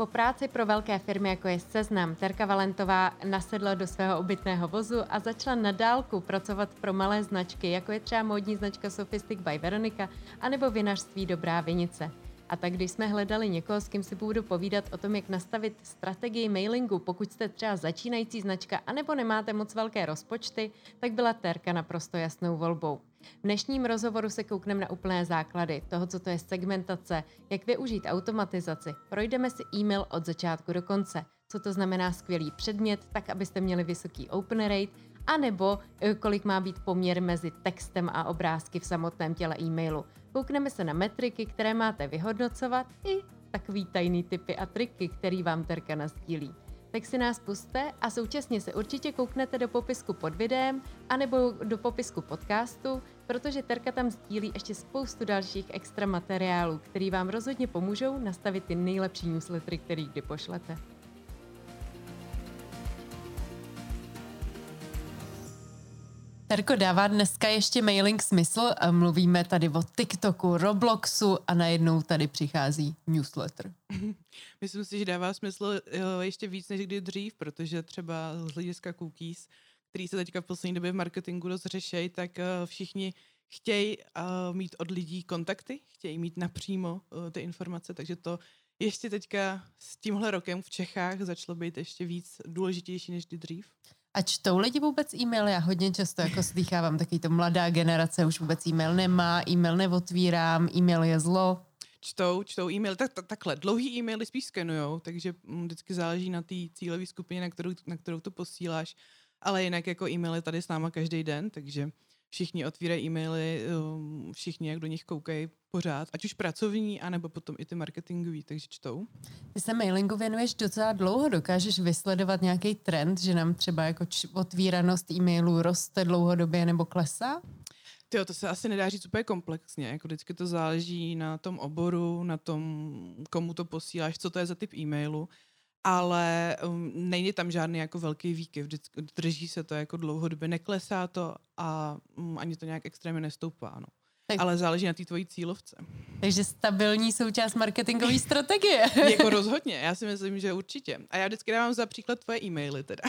Po práci pro velké firmy, jako je Seznam, Terka Valentová nasedla do svého obytného vozu a začala na dálku pracovat pro malé značky, jako je třeba módní značka Sophistic by Veronika anebo vinařství Dobrá vinice. A tak když jsme hledali někoho, s kým si budu povídat o tom, jak nastavit strategii mailingu, pokud jste třeba začínající značka anebo nemáte moc velké rozpočty, tak byla Terka naprosto jasnou volbou. V dnešním rozhovoru se koukneme na úplné základy toho, co to je segmentace, jak využít automatizaci. Projdeme si e-mail od začátku do konce, co to znamená skvělý předmět, tak abyste měli vysoký open rate, anebo kolik má být poměr mezi textem a obrázky v samotném těle e-mailu. Koukneme se na metriky, které máte vyhodnocovat, i takový tajný tipy a triky, který vám Terka nasdílí. Tak si nás pusťte a současně se určitě kouknete do popisku pod videem anebo do popisku podcastu, protože Terka tam sdílí ještě spoustu dalších extra materiálů, který vám rozhodně pomůžou nastavit ty nejlepší newslettery, který kdy pošlete. Terko, dává dneska ještě mailing smysl? Mluvíme tady o TikToku, Robloxu a najednou tady přichází newsletter. Myslím si, že dává smysl ještě víc než kdy dřív, protože třeba z hlediska cookies, který se teďka v poslední době v marketingu dost řešejí, tak všichni chtějí mít od lidí kontakty, chtějí mít napřímo ty informace, takže to ještě teďka s tímhle rokem v Čechách začalo být ještě víc důležitější než kdy dřív. A čtou lidi vůbec e-mail? Já hodně často jako slýchávám, taky to mladá generace už vůbec e-mail nemá, e-mail neotvírám, e-mail je zlo. Čtou e-mail, takhle, dlouhý e-maily spíš skenujou, takže vždycky záleží na té cílové skupině, na kterou to posíláš, ale jinak jako e-maily tady s náma každý den, takže všichni otvírají e-maily, všichni jak do nich koukají pořád, ať už pracovní, anebo potom i ty marketingový, takže čtou. Ty se mailingu věnuješ docela dlouho, dokážeš vysledovat nějaký trend, že nám třeba jako otvíranost e-mailů roste dlouhodobě nebo klesá? Tyjo, to se asi nedá říct úplně komplexně, jako vždycky to záleží na tom oboru, na tom, komu to posíláš, co to je za typ e-mailu, ale není tam žádný jako velký výkyv, vždycky drží se to jako dlouhodobě, neklesá to a ani to nějak extrémně nestoupá, no. Ale záleží na té tvojí cílovce. Takže stabilní součást marketingové strategie. Jako rozhodně, já si myslím, že určitě. A já vždycky dávám za příklad tvoje e-maily teda.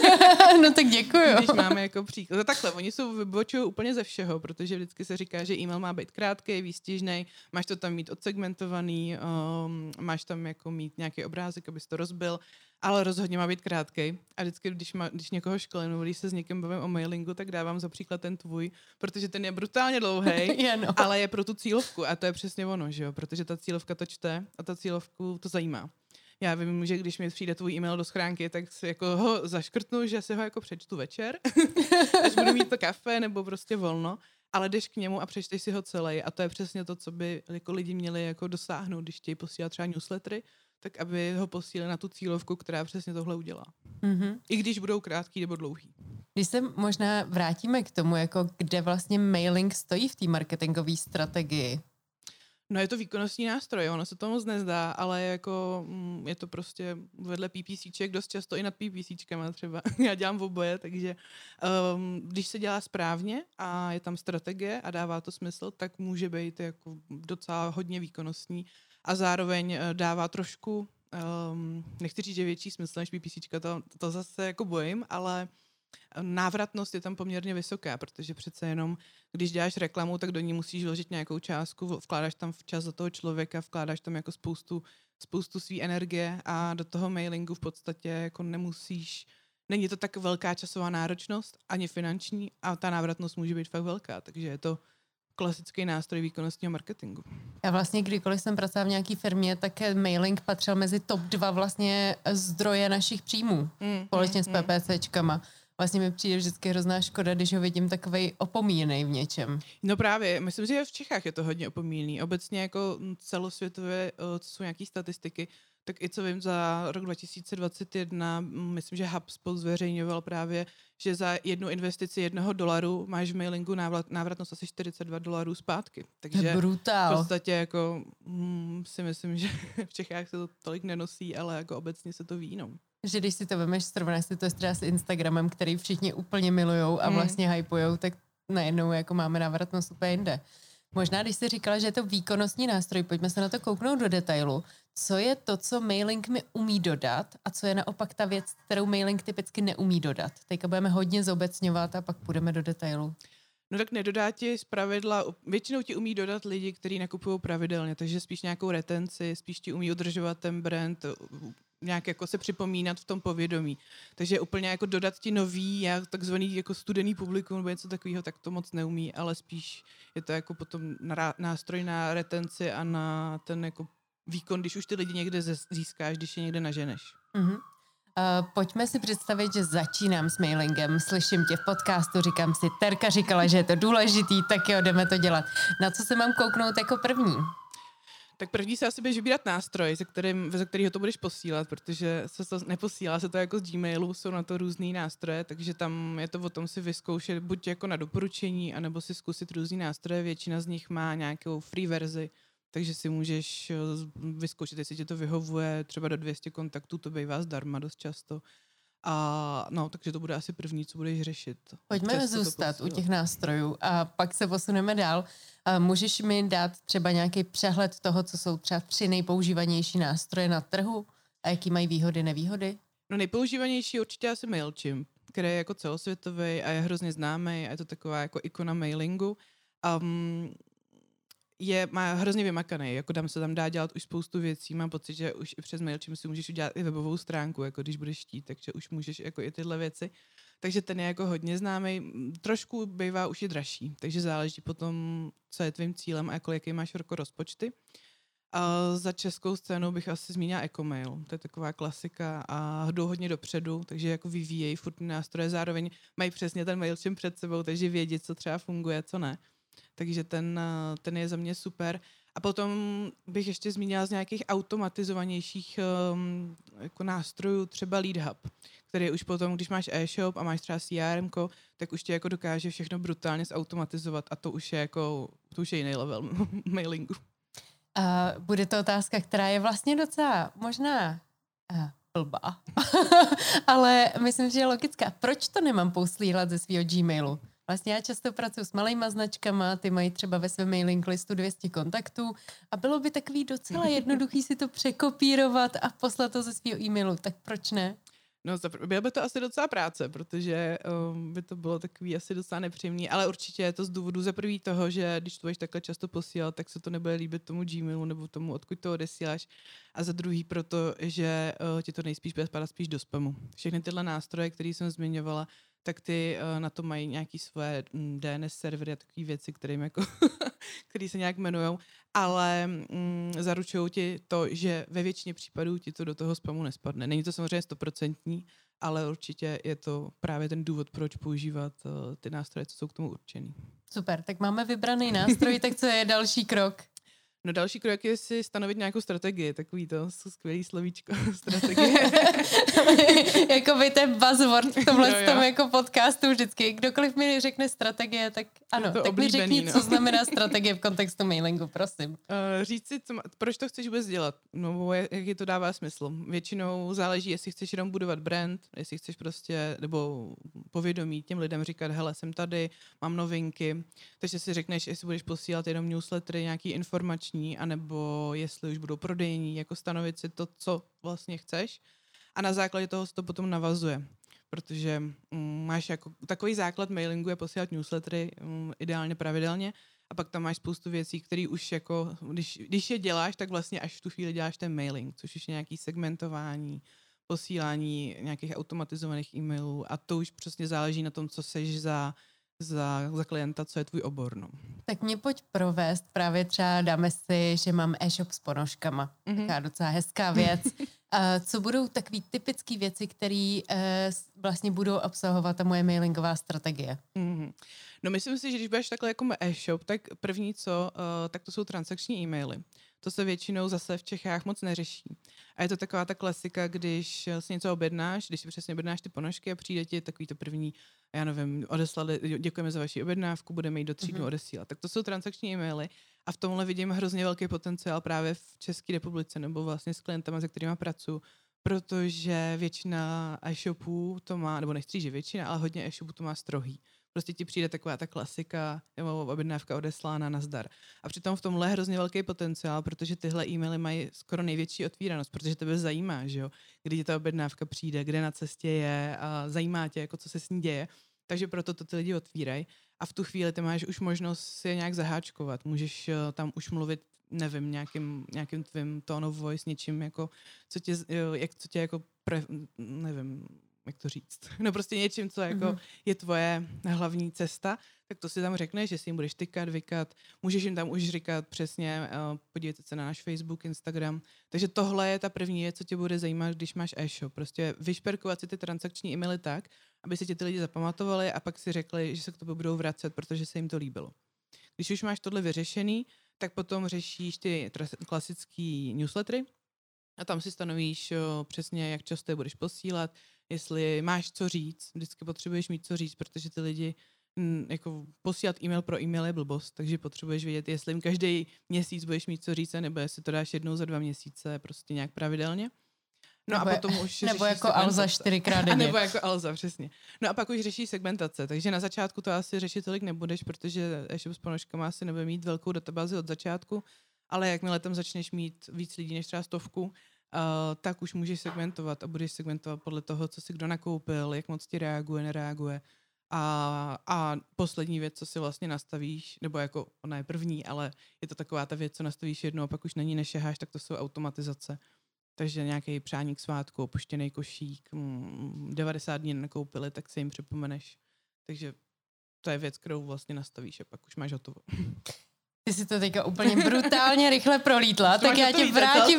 No tak děkuju. Když máme jako příklad. No takhle, oni jsou vybočují úplně ze všeho, protože vždycky se říká, že e-mail má být krátký, výstižný, máš to tam mít odsegmentovaný, máš tam jako mít nějaký obrázek, abys to rozbil, ale rozhodně má být krátký. A vždycky, když někoho školím, když se s někým bavím o mailingu, tak dávám za příklad ten tvůj, protože ten je brutálně dlouhý, ale je pro tu cílovku a to je přesně ono, že jo? Protože ta cílovka to čte a ta cílovku to zajímá. Já vím, že když mi přijde tvůj e-mail do schránky, tak si jako ho zaškrtnu, že si ho jako přečtu večer, až budu mít to kafe nebo prostě volno, ale jdeš k němu a přečteš si ho celý a to je přesně to, co by jako lidi měli jako dosáhnout, když chtějí posílat třeba newslettery, tak aby ho posílili na tu cílovku, která přesně tohle udělá. Mm-hmm. I když budou krátký nebo dlouhý. Když se možná vrátíme k tomu, jako kde vlastně mailing stojí v té marketingové strategii. No je to výkonnostní nástroj, ono se to moc nezdá, ale jako je to prostě vedle PPCček dost často i nad PPCčkama třeba. Já dělám v oboje, takže když se dělá správně a je tam strategie a dává to smysl, tak může být jako docela hodně výkonnostní a zároveň dává trošku, nechci říct, že větší smysl než PPCčka, to zase jako bojím, ale návratnost je tam poměrně vysoká, protože přece jenom, když děláš reklamu, tak do ní musíš vložit nějakou částku, vkládáš tam čas do toho člověka, vkládáš tam jako spoustu svý energie a do toho mailingu v podstatě jako nemusíš, není to tak velká časová náročnost, ani finanční a ta návratnost může být fakt velká, takže je to klasický nástroj výkonnostního marketingu. Já vlastně kdykoliv jsem pracovala v nějaký firmě, tak mailing patřil mezi top 2 vlastně zdroje našich příjmů, společně s PPCčkama. Vlastně mi přijde vždycky hrozná škoda, když ho vidím takovej opomíjený v něčem. No právě, myslím si, že v Čechách je to hodně opomíjený. Obecně jako celosvětově, co jsou nějaký statistiky, tak i co vím za rok 2021, myslím, že HubSpot zveřejňoval právě, že za jednu investici $1 máš v mailingu návratnost asi $42 zpátky. Takže brutál. V podstatě jako si myslím, že v Čechách se to tolik nenosí, ale jako obecně se to ví, no. Že když si to vemeš, srovnáš si to třeba s Instagramem, který všichni úplně milujou a vlastně hypujou, tak najednou jako máme návratnost úplně jinde. Možná, když jsi říkala, že je to výkonnostní nástroj, pojďme se na to kouknout do detailu. co je to, co mailing mi umí dodat a co je naopak ta věc, kterou mailing typicky neumí dodat. Teďka budeme hodně zobecňovat a pak půjdeme do detailu. No tak nedodá ti zpravidla, většinou ti umí dodat lidi, kteří nakupují pravidelně, takže spíš nějakou retenci, spíš ti umí udržovat ten brand, nějak jako se připomínat v tom povědomí. Takže úplně jako dodat ti nový, takzvaný jako studený publikum nebo něco takového, tak to moc neumí, ale spíš je to jako potom nástroj na retenci a na ten jako výkon, když už ty lidi někde získáš, když je někde naženeš. Mm-hmm. Pojďme si představit, že začínám s mailingem, slyším tě v podcastu, říkám si, Terka říkala, že je to důležitý, tak jo, jdeme to dělat. Na co se mám kouknout jako první? Tak první se asi budeš vybírat nástroj, ze kterého to budeš posílat, protože se to neposílá se to jako z Gmailu, jsou na to různý nástroje, takže tam je to o tom si vyzkoušet buď jako na doporučení, anebo si zkusit různý nástroje, většina z nich má nějakou free verzi, takže si můžeš vyzkoušet, jestli ti to vyhovuje, třeba do 200 kontaktů, to bývá zdarma dost často. A no, takže to bude asi první, co budeš řešit. Pojďme zůstat u těch nástrojů a pak se posuneme dál. Můžeš mi dát třeba nějaký přehled toho, co jsou třeba 3 nejpoužívanější nástroje na trhu a jaký mají výhody, nevýhody? No nejpoužívanější určitě asi MailChimp, který je jako celosvětový a je hrozně známý a je to taková jako ikona mailingu. Má hrozně vymakaný, jako tam se tam dá dělat už spoustu věcí, mám pocit, že už i přes MailChimp si můžeš udělat i webovou stránku, jako když budeš chtít, takže už můžeš jako i tyhle věci. Takže ten je jako hodně známý, trošku bývá už i dražší, takže záleží potom, co je tvým cílem a jaký máš jako rozpočty. A za českou scénu bych asi zmínila Ecomail, to je taková klasika a jdou hodně dopředu, takže jako vyvíjejí furt nástroje, zároveň mají přesně ten MailChimp před sebou, takže vědí, co třeba funguje, co ne. Takže ten je za mě super. A potom bych ještě zmínila z nějakých automatizovanějších jako nástrojů, třeba LeadHub, který už potom, když máš e-shop a máš třeba CRM, tak už ti jako dokáže všechno brutálně zautomatizovat a to už je jiný level mailingu. Bude to otázka, která je vlastně docela možná blbá, ale myslím, že je logická. Proč to nemám posílat ze svého Gmailu? Vlastně já často pracuji s malejma značkama, ty mají třeba ve svém mailing listu 200 kontaktů a bylo by takový docela jednoduchý si to překopírovat a poslat to ze svého e-mailu, tak proč ne? No, byla by to asi docela práce, protože by to bylo takový asi docela nepříjemný, ale určitě je to z důvodu za prvý toho, že když to budeš takhle často posílat, tak se to nebude líbit tomu Gmailu nebo tomu, odkud to odesíláš. A za druhý proto, že ti to nejspíš bude spadat spíš do spamu. Všechny tyhle nástroje, které jsem zmiňovala, tak ty na to mají nějaký své DNS servery a takové věci, které se nějak jmenujou, ale zaručují ti to, že ve většině případů ti to do toho spamu nespadne. Není to samozřejmě 100%, ale určitě je to právě ten důvod, proč používat ty nástroje, co jsou k tomu určený. Super, tak máme vybraný nástroj, tak co je další krok? No další krok je si stanovit nějakou strategii, takový to skvělý slovíčko, strategie. Jakoby ten buzzword v tomhle tom jako podcastu vždycky. Kdokoliv mi řekne strategie, tak ano, tak mi řekni, co znamená strategie v kontextu mailingu, prosím. Říct si, proč to chceš vůbec dělat, no jaký to dává smysl. Většinou záleží, jestli chceš jenom budovat brand, jestli chceš prostě, nebo povědomí těm lidem říkat, hele, jsem tady, mám novinky, takže si řekneš, jestli budeš posílat jenom newslettery, nějaký informační, anebo jestli už budou prodejní, jako stanovit si to, co vlastně chceš a na základě toho se to potom navazuje, protože máš jako takový základ mailingu je posílat newslettery ideálně pravidelně a pak tam máš spoustu věcí, které už jako, když je děláš, tak vlastně až v tu chvíli děláš ten mailing, což už je nějaký segmentování, posílání nějakých automatizovaných e-mailů a to už přesně záleží na tom, co seš za klienta, co je tvůj obor. No. Tak mě pojď provést, právě třeba dáme si, že mám e-shop s ponožkama. Taká docela hezká věc. Co budou takové typické věci, které vlastně budou obsahovat ta moje mailingová strategie? No myslím si, že když budeš takhle jako e-shop, tak první tak to jsou transakční e-maily. To se většinou zase v Čechách moc neřeší. A je to taková ta klasika, když si něco objednáš, když si přesně objednáš ty ponožky a přijde ti takový to první, já nevím, odeslali, děkujeme za vaši objednávku, budeme ji do 3 dnů odesílat. Tak to jsou transakční e-maily a v tomhle vidím hrozně velký potenciál právě v České republice nebo vlastně s klientama, se kterými pracuji, protože většina e-shopů to má, nebo nechci říct, že většina, ale hodně e-shopů to má strohý. Prostě ti přijde taková ta klasika, nebo objednávka odeslána, nazdar. A přitom v tomhle je hrozně velký potenciál, protože tyhle e-maily mají skoro největší otvíranost, protože tebe zajímá, že jo, kdy ti ta objednávka přijde, kde na cestě je a zajímá tě, jako co se s ní děje. Takže proto to ty lidi otvírají. A v tu chvíli ty máš už možnost si je nějak zaháčkovat. Můžeš tam už mluvit, nevím, nějakým tvým tone of voice, něčím, jako, co tě jako, nevím, jak to říct. No prostě něčím, co jako je tvoje hlavní cesta, tak to si tam řekneš, že si jim budeš tykat, vykat. Můžeš jim tam už říkat přesně, podívejte se na náš Facebook, Instagram. Takže tohle je ta první věc, co tě bude zajímat, když máš e-shop. Prostě vyšperkovat si ty transakční e-maily tak, aby si tě ty lidi zapamatovali a pak si řekli, že se k tobě budou vracet, protože se jim to líbilo. Když už máš tohle vyřešený, tak potom řešíš ty klasický newslettery a tam si stanovíš přesně, jak často je budeš posílat, jestli máš co říct, vždycky potřebuješ mít co říct, protože ty lidi jako posílat e-mail pro e-mail je blbost, takže potřebuješ vědět, jestli jim každý měsíc budeš mít co říct, nebo jestli to dáš jednou za 2 měsíce prostě nějak pravidelně. No nebo a potom už nebo jako Alza 4x denně. Nebo jako Alza, přesně. No a pak už řeší segmentace, takže na začátku to asi řešit tolik nebudeš, protože e-shop s ponožkama asi nebude mít velkou databázi od začátku, ale jakmile tam začneš mít víc lidí než třeba 100, tak už můžeš segmentovat a budeš segmentovat podle toho, co si kdo nakoupil, jak moc ti reaguje, nereaguje. A poslední věc, co si vlastně nastavíš, nebo jako ona je první, ale je to taková ta věc, co nastavíš jednou a pak už na ní nešaháš, tak to jsou automatizace. Takže nějaký přání k svátku, opuštěný košík, 90 dní nekoupili, tak si jim připomeneš. Takže to je věc, kterou vlastně nastavíš a pak už máš hotovo. Ty si to teďka úplně brutálně rychle prolítla, tak já tě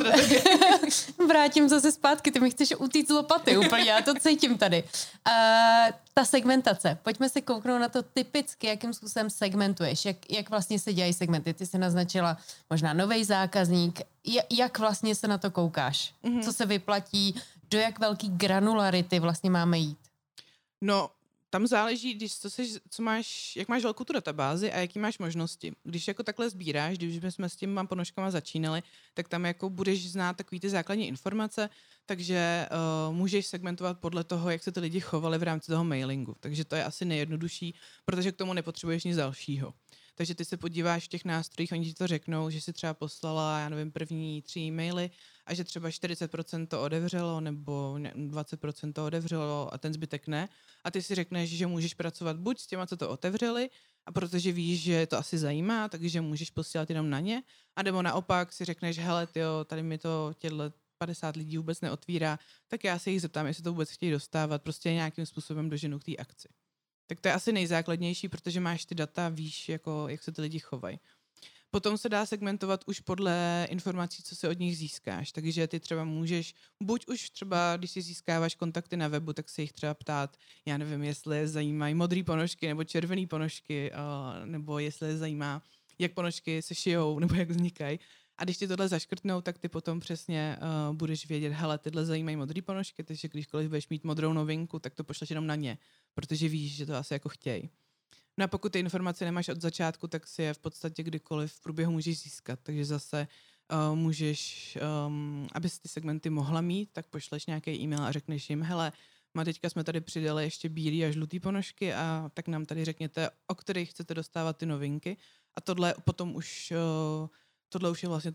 vrátím zase zpátky. Ty mi chceš utíct z lopaty úplně, já to cítím tady. Ta segmentace. Pojďme se kouknout na to typicky, jakým způsobem segmentuješ. Jak vlastně se dělají segmenty? Ty jsi naznačila možná nový zákazník. Jak vlastně se na to koukáš? Co se vyplatí? Do jak velký granularity vlastně máme jít? No, tam záleží, jak máš velkou tu databázi a jaký máš možnosti. Když jako takhle sbíráš, když jsme s těma ponožkama začínali, tak tam jako budeš znát takový ty základní informace, takže můžeš segmentovat podle toho, jak se ty lidi chovali v rámci toho mailingu. Takže to je asi nejjednodušší, protože k tomu nepotřebuješ nic dalšího. Takže ty se podíváš v těch nástrojích, oni ti to řeknou, že si třeba poslala, já nevím, první 3 e-maily a že třeba 40% to odevřelo nebo 20% to odevřelo a ten zbytek ne. A ty si řekneš, že můžeš pracovat buď s těma, co to otevřeli, a protože víš, že to asi zajímá, takže můžeš posílat jenom na ně, a nebo naopak si řekneš, hele, tyjo, tady mi to 50 lidí vůbec neotvírá, tak já se jich zeptám, jestli to vůbec chtějí dostávat, prostě nějakým způsobem doženu k té akci. Tak to je asi nejzákladnější, protože máš ty data, víš, jako, jak se ty lidi chovají. Potom se dá segmentovat už podle informací, co si od nich získáš. Takže ty třeba můžeš, buď už třeba, když si získáváš kontakty na webu, tak se jich třeba ptát, já nevím, jestli je zajímají modré ponožky nebo červené ponožky, nebo jestli je zajímá, jak ponožky se šijou nebo jak vznikají. A když ti tohle zaškrtnou, tak ty potom přesně budeš vědět, hele, tyhle zajímají modré ponožky, takže kdykoliv budeš mít modrou novinku, tak to pošleš jenom na ně, protože víš, že to asi jako chtějí. No a pokud ty informace nemáš od začátku, tak si je v podstatě kdykoliv v průběhu můžeš získat. Takže zase můžeš, abys ty segmenty mohla mít, tak pošleš nějaký e-mail a řekneš jim, hele, teďka jsme tady přidali ještě bílý a žlutý ponožky a tak nám tady řekněte, o kterých chcete dostávat ty novinky. A tohle potom už, tohle už je vlastně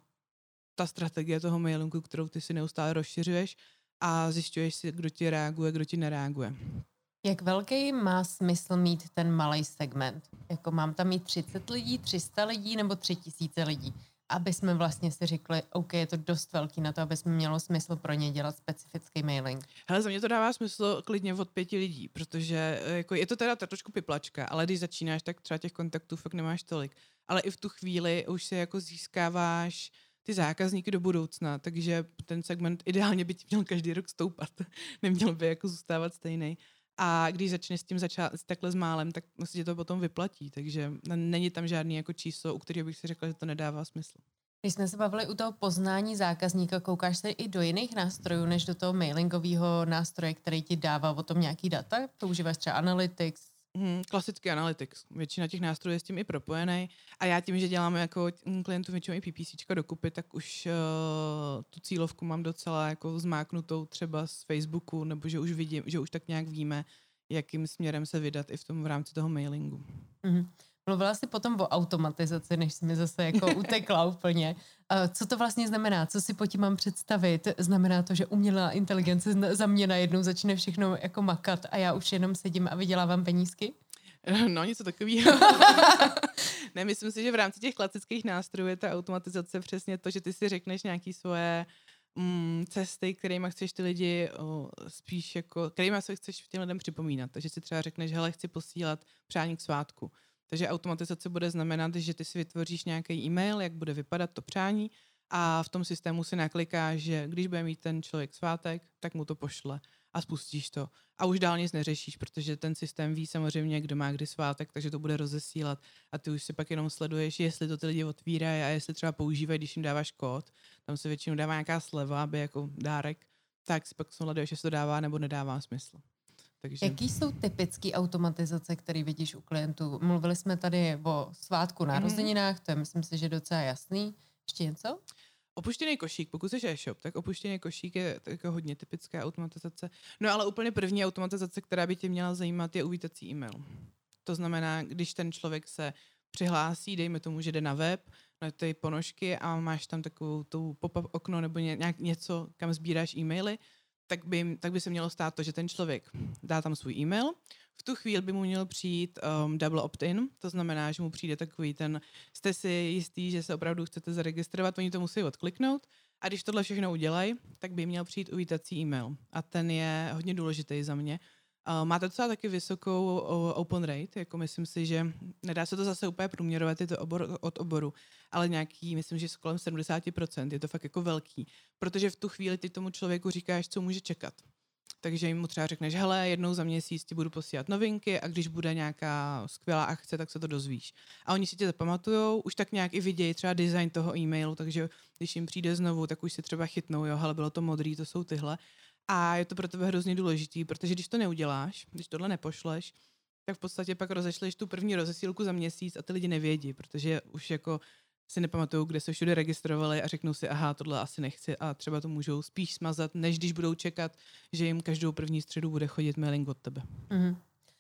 ta strategie toho mailingu, kterou ty si neustále rozšiřuješ a zjišťuješ si, kdo ti reaguje, kdo ti nereaguje. Jak velký má smysl mít ten malý segment? Jako mám tam mít 30 lidí, 300 lidí nebo 3000 lidí? Aby jsme vlastně si řekli, OK, je to dost velký na to, aby jsme mělo smysl pro ně dělat specifický mailing. Hele, za mě to dává smysl klidně od 5 lidí, protože jako je to teda trošku piplačka, ale když začínáš, tak třeba těch kontaktů fakt nemáš tolik. Ale i v tu chvíli už se jako získáváš ty zákazníky do budoucna, takže ten segment ideálně by ti měl každý rok stoupat. Neměl by jako zůstávat stejný. A když začneš s tím takhle s málem, tak si to potom vyplatí. Takže není tam žádný jako číslo, u kterého bych si řekla, že to nedává smysl. Když jsme se bavili u toho poznání zákazníka, koukáš se i do jiných nástrojů, než do toho mailingového nástroje, který ti dává o tom nějaký data? Používáš třeba Analytics? Klasický Analytics. Většina těch nástrojů je s tím i propojený. A já tím, že děláme jako klientům většinou i PPCčka dokupy, tak už tu cílovku mám docela jako zmáknutou třeba z Facebooku, nebo že už vidím, že už tak nějak víme, jakým směrem se vydat i v rámci toho mailingu. Mm-hmm. Mluvila jsi potom o automatizaci, než jsi mi zase jako utekla úplně. Co to vlastně znamená? Co si po tím mám představit? Znamená to, že umělá inteligence za mě najednou začne všechno jako makat a já už jenom sedím a vydělávám penízky? No, něco takového. Ne, myslím si, že v rámci těch klasických nástrojů je ta automatizace přesně to, že ty si řekneš nějaký svoje cesty, kterými chceš ty lidi spíš jako, kterými se chceš těm lidem připomínat. Takže si třeba řekneš, hele, chci posílat přání k svátku. Takže automatizace bude znamenat, že ty si vytvoříš nějaký e-mail, jak bude vypadat to přání a v tom systému si naklikáš, že když bude mít ten člověk svátek, tak mu to pošle a spustíš to. A už dál nic neřešíš, protože ten systém ví samozřejmě, kdo má kdy svátek, takže to bude rozesílat a ty už si pak jenom sleduješ, jestli to ty lidi otvírají a jestli třeba používají, když jim dáváš kód, tam se většinou dává nějaká sleva, aby jako dárek, tak si pak sleduješ, jestli to dává nebo nedává smysl. Takže... Jaký jsou typické automatizace, které vidíš u klientů? Mluvili jsme tady o svátku narozeninách, to je myslím si, že docela jasný. Ještě něco? Opuštěný košík, pokud jsi e-shop, tak opuštěný košík je jako hodně typická automatizace. No ale úplně první automatizace, která by tě měla zajímat, je uvítací e-mail. To znamená, když ten člověk se přihlásí, dejme tomu, že jde na web, na ty ponožky a máš tam takovou tu pop-up okno nebo něco, kam sbíráš e-maily, tak by se mělo stát to, že ten člověk dá tam svůj e-mail. V tu chvíli by mu měl přijít double opt-in, to znamená, že mu přijde takový ten, jste si jistý, že se opravdu chcete zaregistrovat, oni to musí odkliknout a když tohle všechno udělají, tak by měl přijít uvítací e-mail a ten je hodně důležitý za mě. Máte docela taky vysokou open rate, jako myslím si, že nedá se to zase úplně průměrovat, je to obor od oboru, ale nějaký, myslím, že kolem 70%, je to fakt jako velký, protože v tu chvíli ty tomu člověku říkáš, co může čekat. Takže jim mu třeba řekneš, hele, jednou za měsíc ti budu posílat novinky a když bude nějaká skvělá akce, tak se to dozvíš. A oni si tě zapamatujou, už tak nějak i vidějí třeba design toho e-mailu, takže když jim přijde znovu, tak už si třeba chytnou, jo, hele, bylo to modrý, to jsou tyhle. A je to pro tebe hrozně důležitý, protože když to neuděláš, když tohle nepošleš, tak v podstatě pak rozešleš tu první rozesílku za měsíc a ty lidi nevědí, protože už jako si nepamatují, kde se všude registrovali a řeknou si, aha, tohle asi nechci a třeba to můžou spíš smazat, než když budou čekat, že jim každou první středu bude chodit mailing od tebe. Mm-hmm.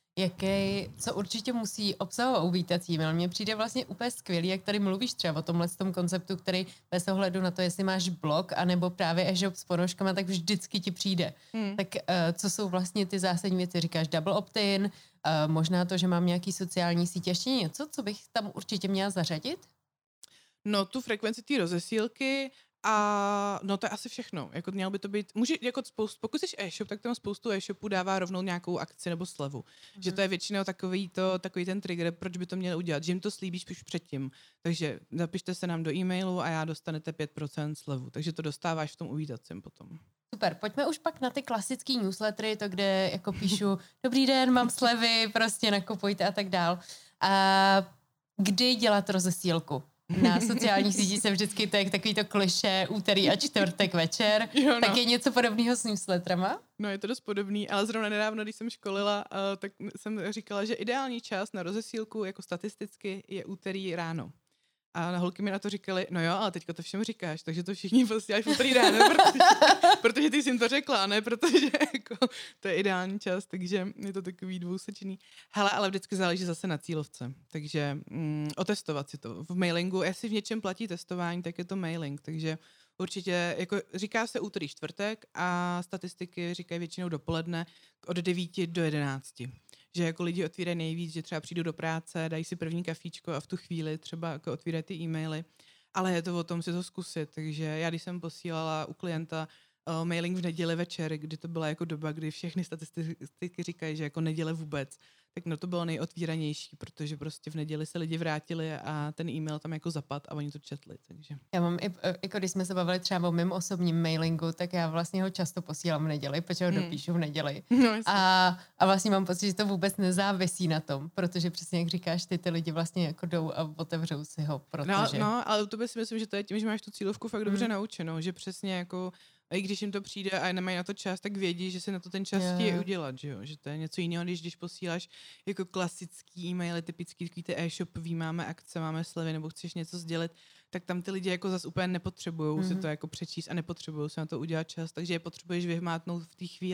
Co určitě musí obsahovat uvítací e-mail. Mně přijde vlastně úplně skvělý, jak tady mluvíš třeba o tomhle tom konceptu, který bez ohledu na to, jestli máš blog anebo právě e-shop s ponožkama, tak vždycky ti přijde. Tak co jsou vlastně ty zásadní věci? Říkáš double opt-in, možná to, že mám nějaký sociální sítě, ještě něco, co bych tam určitě měla zařadit? No, tu frekvenci té rozesílky a no to je asi všechno. Jako mělo by to být, jako pokud jsi e-shop, tak tam spoustu e-shopů dává rovnou nějakou akci nebo slevu. Že to je většinou takový ten trigger, proč by to měli udělat, že jim to slíbíš už předtím. Takže zapište se nám do e-mailu a já dostanete 5% slevu. Takže to dostáváš v tom uvítacím potom. Super, pojďme už pak na ty klasický newslettery, to, kde jako píšu, dobrý den, mám slevy, prostě nakupujte a tak dál. A kdy dělat rozesílku? Na sociálních sítích se vždycky takový to klišé úterý a čtvrtek večer. Jo, no. Tak je něco podobného s newsletterama? No, je to dost podobný, ale zrovna nedávno, když jsem školila, tak jsem říkala, že ideální čas na rozesílku jako statisticky je úterý ráno. A holky mi na to říkali, no jo, ale teďka to všem říkáš, takže to všichni posílají v úterý ráno, protože ty jsi jim to řekla, ne? Protože jako, to je ideální čas, takže je to takový dvousečný. Hele, ale vždycky záleží zase na cílovce, takže otestovat si to. V mailingu, jestli v něčem platí testování, tak je to mailing, takže určitě, jako říká se úterý, čtvrtek a statistiky říkají většinou dopoledne od 9 do 11. Že jako lidi otvírají nejvíc, že třeba přijdou do práce, dají si první kafíčko a v tu chvíli třeba jako otvírají ty e-maily, ale je to o tom si to zkusit, takže já když jsem posílala u klienta mailing v neděli večer, kdy to byla jako doba, kdy všechny statistiky říkají, že jako neděle vůbec, tak no to bylo nejotvíranější, protože prostě v neděli se lidi vrátili a ten e-mail tam jako zapad a oni to četli, takže. Já mám jako když jsme se bavili třeba o mém osobním mailingu, tak já vlastně ho často posílám v neděli, protože ho dopíšu v neděli. No, a vlastně mám pocit, že to vůbec nezávisí na tom, protože přesně jak říkáš, ty lidi vlastně jako jdou a otevřou si ho, protože. No, ale to si myslím, že to je tím, že máš tu cílovku fakt dobře naučenou, že přesně jako a i když jim to přijde a nemají na to čas, tak vědí, že si na to ten čas chtějí udělat, že jo? Že to je něco jiného, když posíláš jako klasický e-maily, typický takový ty e-shopový, máme akce, máme slevy, nebo chceš něco sdělit, tak tam ty lidi jako zase úplně nepotřebujou si to jako přečíst a nepotřebují si na to udělat čas, takže je potřebuješ vyhmátnout v té chvíli,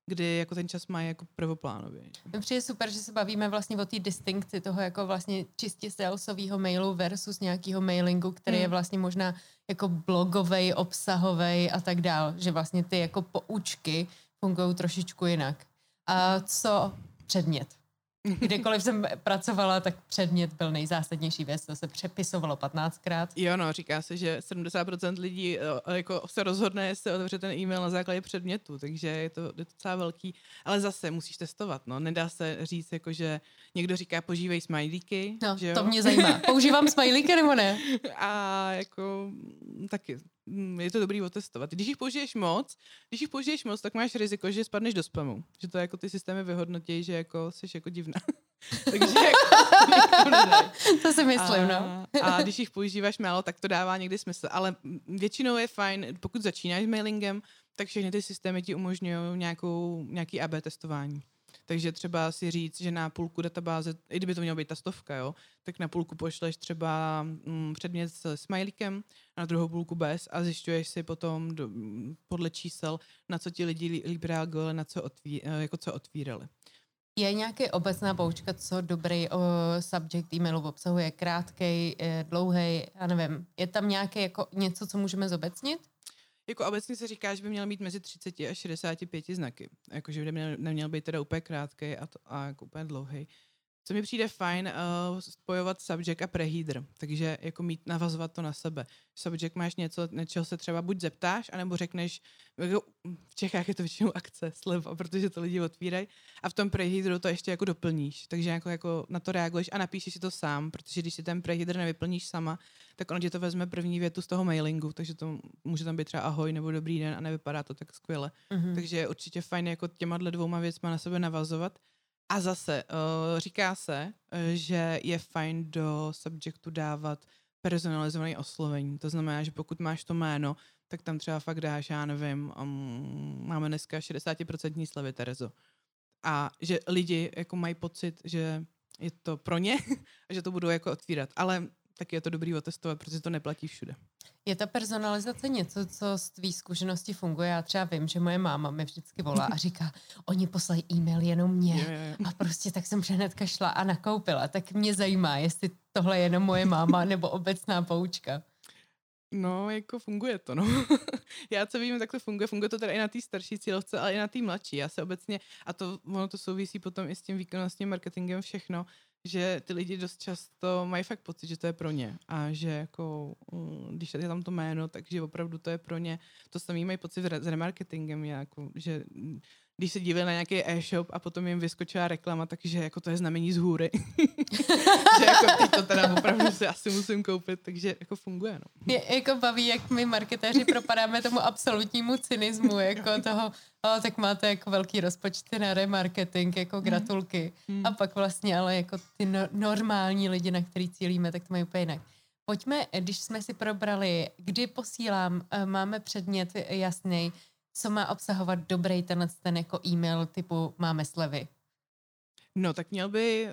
kdy jako ten čas mají jako prvoplánově. Mně přijde super, že se bavíme vlastně o té distinkci toho jako vlastně čistě salesového mailu versus nějakého mailingu, který je vlastně možná jako blogovej, obsahovej a tak dál, že vlastně ty jako poučky fungují trošičku jinak. A co předmět? Kdekoliv jsem pracovala, tak předmět byl nejzásadnější věc, to se přepisovalo 15krát. Jo, no, říká se, že 70% lidí jako se rozhodne, jestli otevře ten e-mail na základě předmětu, takže je to docela velký, ale zase musíš testovat, no, nedá se říct, jako, že někdo říká, používej smajlíky. No, že jo? to mě zajímá. Používám smajlíky nebo ne? A jako taky je to dobrý otestovat. Když jich použiješ moc, tak máš riziko, že spadneš do spamu. Že to jako ty systémy vyhodnotí, že jako jsi jako divná. Takže jako to si myslím, no. A když jich používáš málo, tak to dává někdy smysl. Ale většinou je fajn, pokud začínáš s mailingem, tak všechny ty systémy ti umožňují nějaký AB testování. Takže třeba si říct, že na půlku databáze, i kdyby to mělo být ta 100, jo, tak na půlku pošleš třeba předmět s smajlíkem, na druhou půlku bez a zjišťuješ si potom podle čísel, na co ti lidi líp reagovali, na co otvírali. Je nějaká obecná poučka, co dobrý subject e-mailu obsahuje? Krátkej, dlouhej, já nevím. Je tam nějaké jako něco, co můžeme zobecnit? Jako obecně se říká, že by měl mít mezi 30 a 65 znaky. Jakože by neměl být teda úplně krátký a jako úplně dlouhý. Co mi přijde fajn, spojovat subject a preheader, takže jako navazovat to na sebe. Subject máš něco, čeho se třeba buď zeptáš, anebo řekneš, jako v Čechách je to většinou akce, sleva, protože to lidi otvírají, a v tom preheaderu to ještě jako doplníš, takže jako na to reaguješ a napíšeš si to sám, protože když si ten preheader nevyplníš sama, tak ono ti to vezme první větu z toho mailingu, takže to může tam být třeba ahoj nebo dobrý den a nevypadá to tak skvěle. Mm-hmm. Takže je určitě fajn jako těma dvouma věcma na sebe navazovat. A zase říká se, že je fajn do subjectu dávat personalizované oslovení. To znamená, že pokud máš to jméno, tak tam třeba fakt dáš, já nevím, máme dneska 60% slevy, Terezo. A že lidi jako mají pocit, že je to pro ně a že to budou jako otvírat. Ale taky je to dobrý otestovat, protože to neplatí všude. Je ta personalizace něco, co z tvý zkušenosti funguje? Já třeba vím, že moje máma mi vždycky volá a říká, oni poslají e-mail jenom mě. Jo. A prostě tak jsem hnedka šla a nakoupila. Tak mě zajímá, jestli tohle je jenom moje máma nebo obecná poučka. No, jako funguje to, no. Já co vím, tak to funguje. Funguje to teda i na té starší cílovce, ale i na té mladší. Já se obecně, a ono to souvisí potom i s tím výkonnostním marketingem všechno, že ty lidi dost často mají fakt pocit, že to je pro ně a že jako, když je tam to jméno, takže opravdu to je pro ně. To samý mají pocit s remarketingem, jako, že když se dívali na nějaký e-shop a potom jim vyskočila reklama, takže jako to je znamení z hůry. Že jako teď to teda opravdu si asi musím koupit, takže jako funguje, no. Mě jako baví, jak my marketéři propadáme tomu absolutnímu cynismu, jako toho, tak máte jako velký rozpočty na remarketing, jako gratulky. A pak vlastně ale jako ty normální lidi, na který cílíme, tak to mají úplně jinak. Pojďme, když jsme si probrali, kdy posílám, máme předmět jasný, co má obsahovat dobrý ten jako e-mail typu máme slevy. No, tak měl by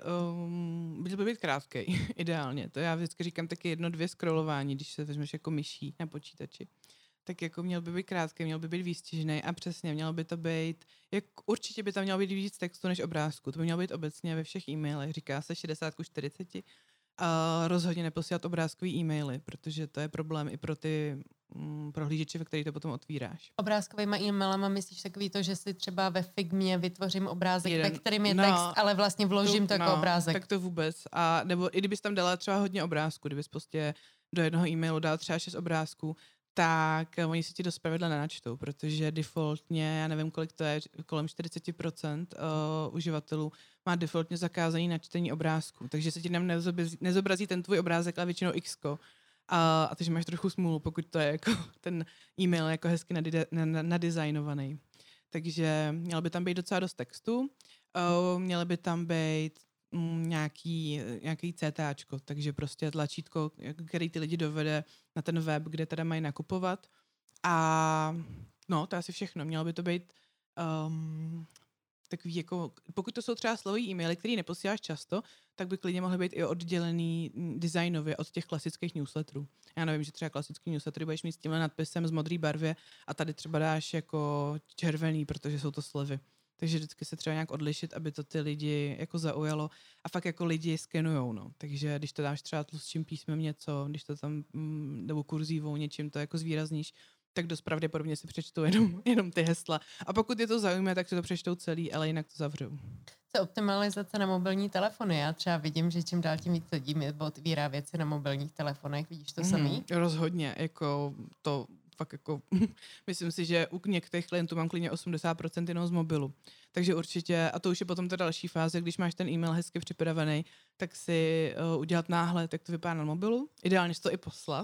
být krátký, ideálně. To já vždycky říkám taky 1-2 scrollování, když se vezmeš jako myší na počítači. Tak jako měl by být krátký, měl by být výstižný a přesně mělo by to být, určitě by tam mělo být víc textu než obrázku. To by mělo být obecně ve všech e-mailech, říká se 60:40. A rozhodně neposílat obrázkový e-maily, protože to je problém i pro ty prohlížeče, ve kterých to potom otvíráš. Obrázkovýma e-mailama myslíš takový to, že si třeba ve Figmě vytvořím obrázek, ve kterým je text, ale vlastně vložím to jako obrázek. Tak to vůbec. A nebo i kdybys tam dala třeba hodně obrázků, kdybys prostě do jednoho e-mailu dal třeba 6 obrázků, tak oni si ti dost pravidla nenačtou, protože defaultně, já nevím, kolik to je, kolem 40% uživatelů má defaultně zakázaný načtení obrázků, takže se ti tam nezobrazí ten tvůj obrázek, ale většinou X-ko. A takže máš trochu smůlu, pokud to je jako ten e-mail jako hezky nadizajnovaný. Takže mělo by tam být docela dost textu, mělo by tam být nějaký CTAčko, takže prostě tlačítko, který ty lidi dovede na ten web, kde teda mají nakupovat. A no, to je asi všechno. Mělo by to být takový jako, pokud to jsou třeba slový e-maily, který neposíláš často, tak by klidně mohly být i oddělený designově od těch klasických newsletterů. Já nevím, že třeba klasický newslettery budeš mít s tímhle nadpisem z modré barvě a tady třeba dáš jako červený, protože jsou to slevy. Takže vždycky se třeba nějak odlišit, aby to ty lidi jako zaujalo a fakt jako lidi skenujou, no. Takže když to dáš třeba tlustším písmem něco, když to tam nebo kurzívou něčím to jako zvýrazníš, tak dost pravděpodobně si přečtou jenom ty hesla. A pokud je to zaujme, tak si to přečtou celý, ale jinak to zavřou. Co optimalizace na mobilní telefony? Já třeba vidím, že čím dál tím víc lidí mi otvírá věci na mobilních telefonech. Vidíš to samý? Rozhodně, jako to fakt jako, myslím si, že u některých klientů mám klidně 80% jenom z mobilu. Takže určitě, a to už je potom ta další fáze, když máš ten e-mail hezky připravený, tak si udělat náhled, jak to vypadá na mobilu. Ideálně si to i poslat.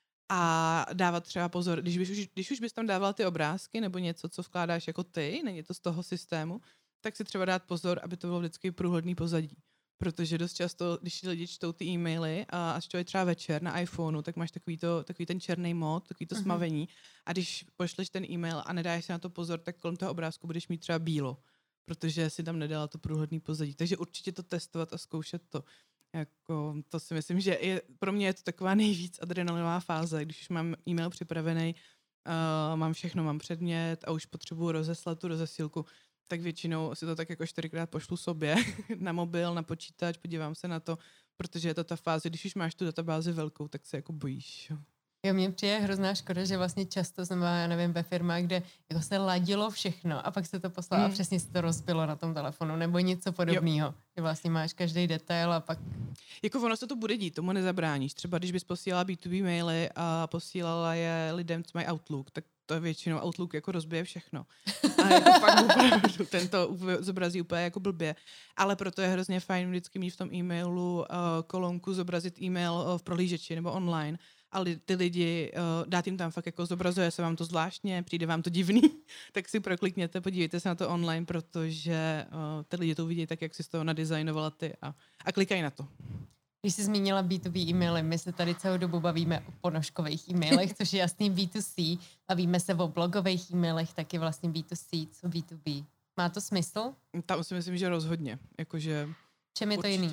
A dávat třeba pozor, když už bys tam dával ty obrázky nebo něco, co vkládáš jako ty, není to z toho systému, tak si třeba dát pozor, aby to bylo vždycky průhledný pozadí. Protože dost často, když lidi čtou ty e-maily a čtou je třeba večer na iPhoneu, tak máš takový ten černý mod, takový to smavení. A když pošleš ten e-mail a nedáš si na to pozor, tak kolem toho obrázku budeš mít třeba bílo, protože si tam nedala to průhledný pozadí. Takže určitě to testovat a zkoušet to. Jako, to si myslím, že pro mě je to taková nejvíc adrenalinová fáze, když už mám e-mail připravený, mám všechno, mám předmět a už potřebuji rozeslat tu rozesílku, tak většinou si to tak jako 4krát pošlu sobě na mobil, na počítač, podívám se na to, protože je to ta fáze, když už máš tu databázi velkou, tak se jako bojíš. Jo, mně přijde hrozná škoda, že vlastně často jsem byla, já nevím, ve firmách, kde jako se ladilo všechno a pak se to poslalo a přesně se to rozbilo na tom telefonu nebo něco podobného. Že vlastně máš každý detail a pak... Jako ono se to bude dít, tomu nezabráníš. Třeba když bys posílala B2B maily a posílala je lidem, co mají Outlook, tak to je většinou Outlook jako rozbije všechno. A jako fakt opravdu tento zobrazí úplně jako blbě. Ale proto je hrozně fajn vždycky mít v tom e-mailu kolonku zobrazit e-mail v prohlížeči nebo online. Ale ty lidi, dát jim tam fakt jako zobrazuje se vám to zvláštně, přijde vám to divný, tak si proklikněte, podívejte se na to online, protože ty lidi to uvidí tak, jak si z toho nadizajnovala ty a klikají na to. Když jsi zmínila B2B e-maily, my se tady celou dobu bavíme o ponožkových e-mailech, což je jasný B2C. Bavíme se o blogových e-mailech, taky vlastně B2C, co B2B. Má to smysl? Tam si myslím, že rozhodně. Jakože čem je to jiný?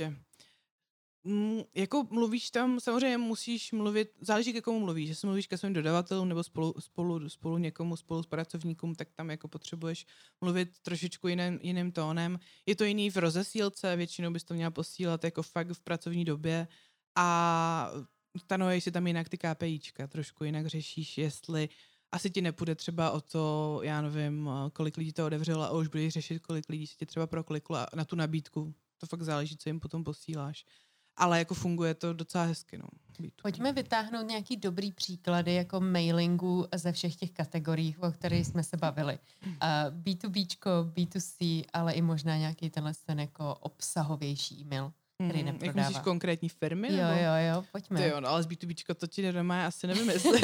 Jako mluvíš tam, samozřejmě musíš mluvit, záleží ke komu mluvíš, že mluvíš ke svým dodavatelům nebo spolu někomu, spolu s pracovníkům, tak tam jako potřebuješ mluvit trošičku jiným tónem. Je to jiný v rozesílce, většinou bys to měla posílat jako fakt v pracovní době a stanovuješ si tam jinak ty KPIčka, trošku jinak řešíš, jestli asi ti nepůjde třeba o to, já nevím, kolik lidí to odevřelo a už budeš řešit, kolik lidí si ti třeba prokliklo na tu nabídku. To fakt záleží, co jim potom posíláš. Ale jako funguje to docela hezky, no. Pojďme vytáhnout nějaký dobrý příklady jako mailingu ze všech těch kategorií, o kterých jsme se bavili. B2Bčko, B2C, ale i možná nějaký tenhle ten jako obsahovější e-mail, který neprodává. Jak myslíš konkrétní firmy? Jo, pojďme. Ty jo, no, ale z B2Bčko to ti nedoma, asi nevím, jestli.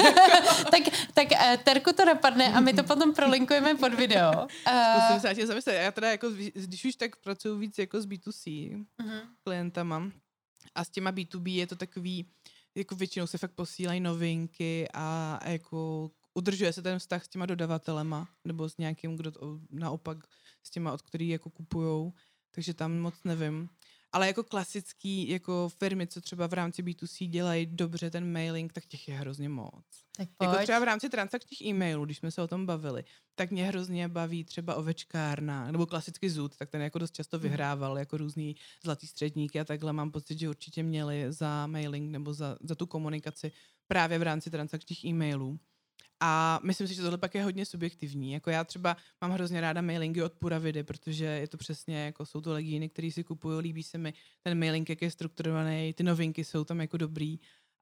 tak Terku to napadne a my to potom prolinkujeme pod video. Zkusím se na tím zamyslet. Já teda jako, když už tak pracuju víc jako s B2C klientama, a s těma B2B je to takový, jako většinou se fakt posílají novinky a jako udržuje se ten vztah s těma dodavatelema, nebo s nějakým, kdo naopak s těma, od kterých jako kupujou, takže tam moc nevím. Ale jako klasický jako firmy, co třeba v rámci B2C dělají dobře ten mailing, tak těch je hrozně moc. Tak jako třeba v rámci transakčních e-mailů, když jsme se o tom bavili, tak mě hrozně baví třeba Ovečkárna, nebo klasický Zoot, tak ten jako dost často vyhrával jako různý zlatý středníky a takhle mám pocit, že určitě měli za mailing nebo za tu komunikaci právě v rámci transakčních e-mailů. A myslím si, že tohle pak je hodně subjektivní. Jako já třeba mám hrozně ráda mailingy od Puravidy, protože je to přesně, jako jsou to legíny, které si kupuju, líbí se mi ten mailing, jak je strukturovaný, ty novinky jsou tam jako dobrý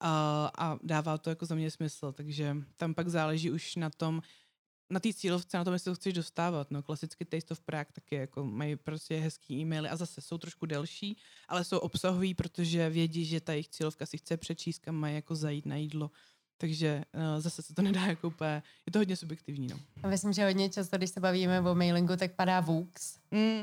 a dává to jako za mě smysl. Takže tam pak záleží už na tom, na té cílovce, na tom, jestli to chceš dostávat. No, klasicky Taste of Prague taky jako mají prostě hezký e-maily a zase jsou trošku delší, ale jsou obsahový, protože vědí, že ta jejich cílovka si chce přečíst, kam mají jako zajít na jídlo. Takže zase se to nedá jako úplně, je to hodně subjektivní, no. A myslím, že hodně často, když se bavíme o mailingu, tak padá Wux.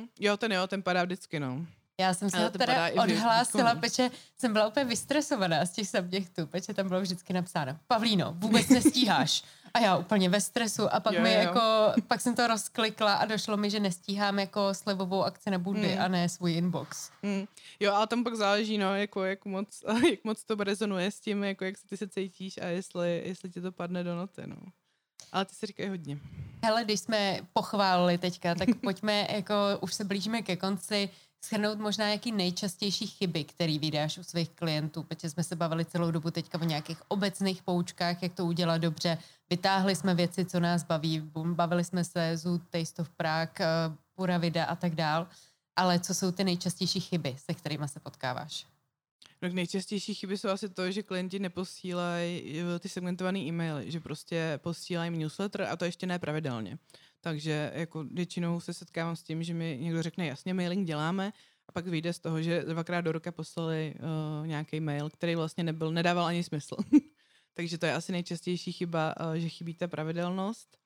Ten padá vždycky, no. Já jsem se to teda odhlásila, protože jsem byla úplně vystresovaná z těch subjektů, protože tam bylo vždycky napsáno: Pavlíno, vůbec nestíháš. A já úplně ve stresu a pak pak jsem to rozklikla a došlo mi, že nestíhám jako slevovou akci na Buddy a ne svůj inbox. Jo, ale tam pak záleží, no, jako jak moc to rezonuje s tím, jako jak ty se cítíš a jestli ti to padne do noty, no. Ale ty se říkají hodně. Hele, když jsme pochválili teďka, tak pojďme, jako už se blížíme ke konci, shrnout možná jaký nejčastější chyby, který vydáš u svých klientů, protože jsme se bavili celou dobu teďka o nějakých obecných poučkách, jak to udělat dobře. Vytáhli jsme věci, co nás baví, bavili jsme se Zoo, Taste of Prague, Pura Vida a tak dál. Ale co jsou ty nejčastější chyby, se kterými se potkáváš? No, nejčastější chyby jsou asi to, že klienti neposílají ty segmentované e-maily, že prostě posílají newsletter a to ještě ne pravidelně. Takže jako většinou se setkávám s tím, že mi někdo řekne, jasně, mailing děláme, a pak vyjde z toho, že 2krát do roka poslali nějaký mail, který vlastně nedával ani smysl. Takže to je asi nejčastější chyba, že chybí ta pravidelnost.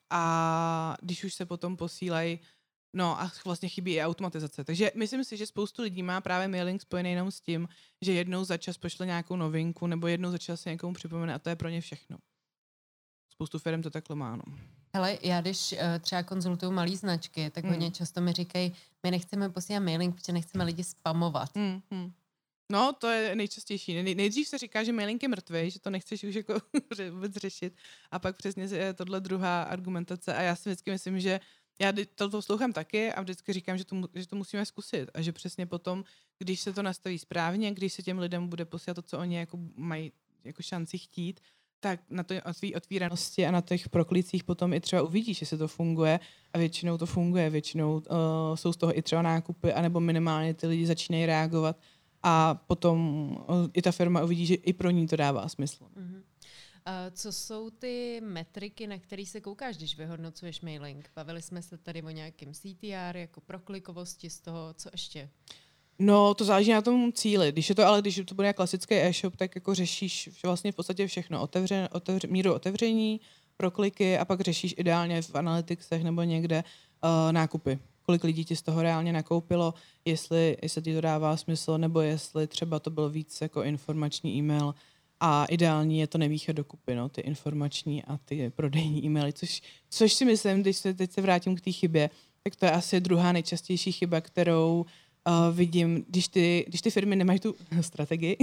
A když už se potom posílají, no a vlastně chybí i automatizace. Takže myslím si, že spoustu lidí má právě mailing spojený jenom s tím, že jednou za čas pošle nějakou novinku nebo jednou za čas se někomu připomene a to je pro ně všechno. Spoustu firm to takhle má, no. Hele, já když třeba konzultuju malý značky, tak hodně často mi říkají, my nechceme posílat mailing, protože nechceme lidi spamovat. No, to je nejčastější. Nejdřív se říká, že mailing je mrtvý, že to nechceš už jako vůbec řešit a pak přesně je tohle druhá argumentace a já si vždycky myslím, že já to poslouchám taky a vždycky říkám, že to musíme zkusit a že přesně potom, když se to nastaví správně, když se těm lidem bude posílat to, co oni jako mají jako šanci chtít, tak na to otvíranosti a na těch proklicích potom i třeba uvidíš, jestli to funguje a většinou to funguje, většinou jsou z toho i třeba nákupy anebo minimálně ty lidi začínají reagovat a potom i ta firma uvidí, že i pro ní to dává smysl. Mm-hmm. Co jsou ty metriky, na které se koukáš, když vyhodnocuješ mailing? Bavili jsme se tady o nějakém CTR, jako proklikovosti z toho, co ještě? No, to záleží na tom cíli. Když to bude klasický e-shop, tak jako řešíš vlastně v podstatě všechno. Míru otevření, prokliky a pak řešíš ideálně v analyticsech nebo někde nákupy. Kolik lidí ti z toho reálně nakoupilo, jestli ti to dává smysl, nebo jestli třeba to byl víc jako informační e-mail. A ideální je to nemíchat dokupy, no, ty informační a ty prodejní e-maily, což si myslím, teď se vrátím k té chybě, tak to je asi druhá nejčastější chyba, kterou vidím, když ty firmy nemají tu strategii,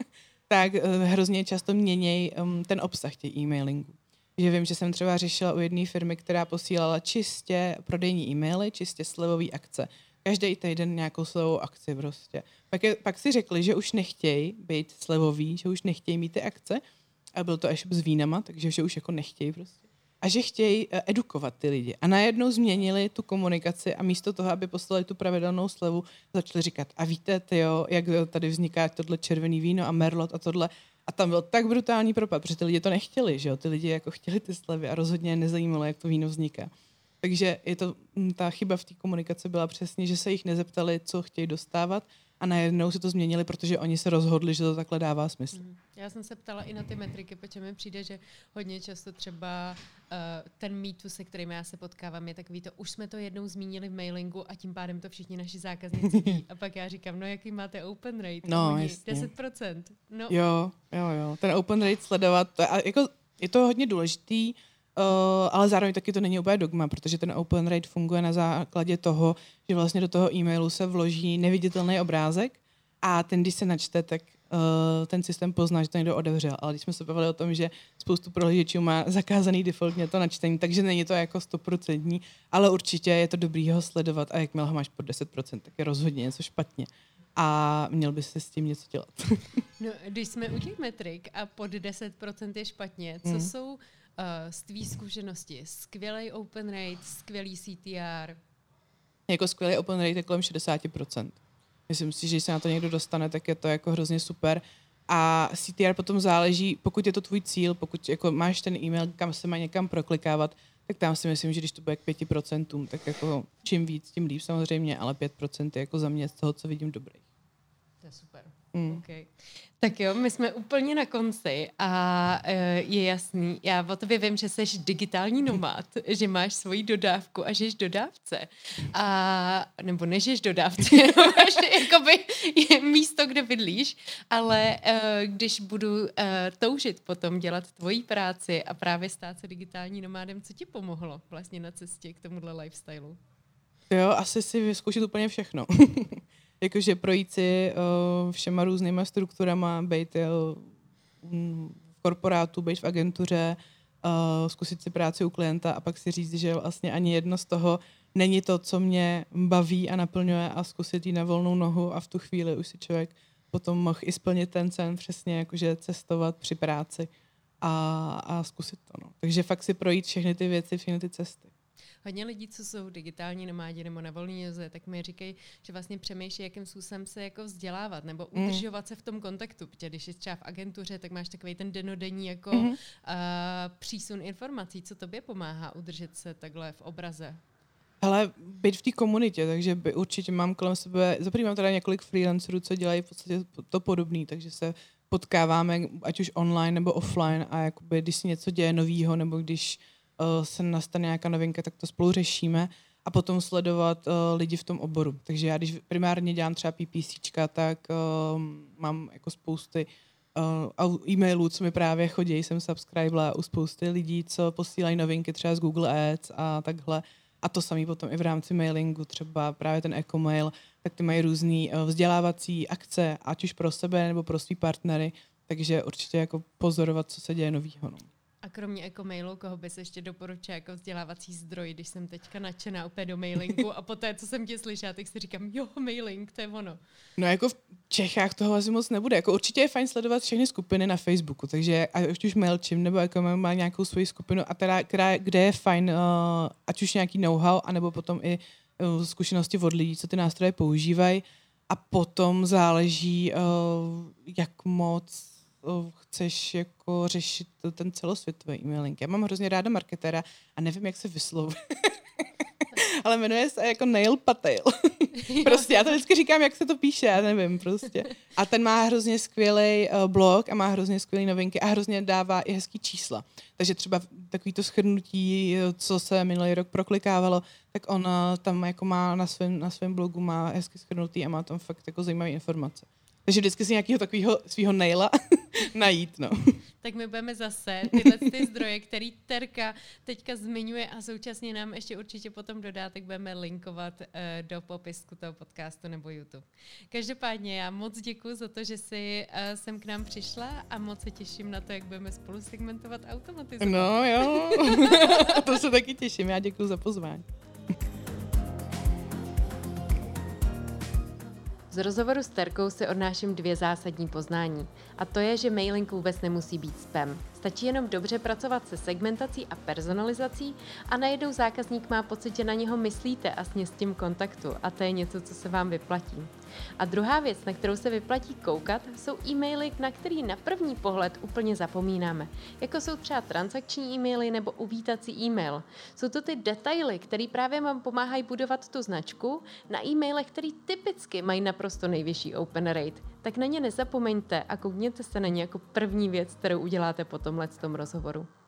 tak hrozně často měnějí ten obsah těch e-mailingů. Že vím, že jsem třeba řešila u jedné firmy, která posílala čistě prodejní e-maily, čistě slevové akce. Každý týden nějakou slevovou akci prostě. Pak si řekli, že už nechtějí být slevový, že už nechtějí mít ty akce. A byl to e-shop s vínama, takže že už jako nechtějí prostě. A že chtějí edukovat ty lidi. A najednou změnili tu komunikaci a místo toho, aby poslali tu pravidelnou slevu, začali říkat, a víte, tyjo, jak tady vzniká tohle červený víno a merlot a tohle. A tam byl tak brutální propad, protože ty lidi to nechtěli, že jo? Ty lidi jako chtěli ty slevy a rozhodně je nezajímalo, jak to víno vzniká. Takže ta chyba v té komunikaci byla přesně, že se jich nezeptali, co chtějí dostávat a najednou si to změnili, protože oni se rozhodli, že to takhle dává smysl. Já jsem se ptala i na ty metriky, protože mi přijde, že hodně často třeba ten mýtus, se kterým já se potkávám, je takový to, už jsme to jednou zmínili v mailingu a tím pádem to všichni naši zákazníci ví. A pak já říkám, no jaký máte open rate? No, oni, jasně. 10%. No. Jo. Ten open rate sledovat, je to hodně důležitý, ale zároveň taky to není úplně dogma, protože ten open rate funguje na základě toho, že vlastně do toho e-mailu se vloží neviditelný obrázek a ten, když se načte, tak ten systém pozná, že to někdo otevřel. Ale když jsme se bavili o tom, že spoustu prohlížečů má zakázaný defaultně to načtení, takže není to jako 100%, ale určitě je to dobrý ho sledovat a jakmile ho máš pod 10%, tak je rozhodně něco špatně. A měl by se s tím něco dělat. No, když jsme u těch metrik a pod 10% je špatně, co jsou z tvý zkušenosti? Skvělý open rate, skvělý CTR? Jako skvělý open rate je kolem 60%. Myslím si, že když se na to někdo dostane, tak je to jako hrozně super. A CTR potom záleží, pokud je to tvůj cíl, pokud jako máš ten e-mail, kam se má někam proklikávat, tak tam si myslím, že když to bude k 5%, tak jako čím víc, tím líp samozřejmě, ale 5% je jako za mě z toho, co vidím, dobrý. To je super. Okay. Tak jo, my jsme úplně na konci a je jasný, já o tobě vím, že jsi digitální nomád, že máš svoji dodávku a žiješ dodávce. Nebo nežiješ dodávce, máš jakoby je místo, kde bydlíš, ale když budu toužit potom dělat tvoji práci a právě stát se digitální nomádem, co ti pomohlo vlastně na cestě k tomuhle lifestylu? Jo, asi si vyzkoušet úplně všechno. Jakože projít si všema různýma strukturama, být v korporátu, být v agentuře, zkusit si práci u klienta a pak si říct, že vlastně ani jedno z toho není to, co mě baví a naplňuje a zkusit jít na volnou nohu a v tu chvíli už si člověk potom mohl i splnit ten sen přesně, jakože cestovat při práci a zkusit to. No. Takže fakt si projít všechny ty věci, všechny ty cesty. Hodně lidí, co jsou digitální nomádi nebo na volný noze, tak mi říkají, že vlastně přemýšlí, jakým způsobem se jako vzdělávat nebo udržovat se v tom kontaktu. Protože když jsi třeba v agentuře, tak máš takový ten denodenní jako přísun informací. Co tobě pomáhá udržet se takhle v obraze? Ale být v té komunitě, takže určitě mám kolem sebe, zaprvé mám teda několik freelancerů, co dělají v podstatě to podobný, takže se potkáváme, ať už online nebo offline a jakoby, když se něco děje novýho nebo když se nastane nějaká novinka, tak to spolu řešíme a potom sledovat lidi v tom oboru. Takže já, když primárně dělám třeba PPCčka, tak mám jako spousty e-mailů, co mi právě chodí, jsem subscribela u spousty lidí, co posílají novinky třeba z Google Ads a takhle. A to samý potom i v rámci mailingu, třeba právě ten Ecomail, tak ty mají různý vzdělávací akce, ať už pro sebe nebo pro svý partnery, takže určitě jako pozorovat, co se děje novýho. No. A kromě Ecomailu, koho bys ještě doporučila jako vzdělávací zdroj, když jsem teďka nadšená úplně do mailingu a poté, co jsem tě slyšela, tak si říkám, jo, mailing, to je ono. No jako v Čechách toho asi moc nebude. Jako určitě je fajn sledovat všechny skupiny na Facebooku, takže ať už Mailchimp nebo Ecommail má nějakou svoji skupinu, a teda, kde je fajn, ať už nějaký know-how, anebo potom i zkušenosti od lidí, co ty nástroje používají. A potom záleží, jak moc chceš jako řešit ten celosvětový e-mailing. Já mám hrozně ráda marketéra a nevím, jak se vyslovuje. Ale jmenuje se jako Neil Patel. Prostě já to vždycky říkám, jak se to píše, já nevím prostě. A ten má hrozně skvělý blog a má hrozně skvělé novinky a hrozně dává i hezký čísla. Takže třeba takový to shrnutí, co se minulý rok proklikávalo, tak on tam jako má na svém blogu má hezky shrnutý a má tam fakt jako zajímavé informace. Takže vždycky si nějakého takového svého Neila najít, no. Tak my budeme zase tyhle ty zdroje, který Terka teďka zmiňuje a současně nám ještě určitě potom dodá, tak budeme linkovat do popisku toho podcastu nebo YouTube. Každopádně já moc děkuji za to, že jsi sem k nám přišla a moc se těším na to, jak budeme spolu segmentovat automatizovat. No jo, to se taky těším, já děkuji za pozvání. Z rozhovoru s Terkou si odnáším 2 zásadní poznání. A to je, že mailing vůbec nemusí být spam. Stačí jenom dobře pracovat se segmentací a personalizací a najednou zákazník má pocit, že na něho myslíte a s tím kontaktu. A to je něco, co se vám vyplatí. A druhá věc, na kterou se vyplatí koukat, jsou e-maily, na který na první pohled úplně zapomínáme. Jako jsou třeba transakční e-maily nebo uvítací e-mail. Jsou to ty detaily, které právě vám pomáhají budovat tu značku na e-mailech, který typicky mají naprosto nejvyšší open rate. Tak na ně nezapomeňte a koukněte se na ně jako první věc, kterou uděláte po tomhletom rozhovoru.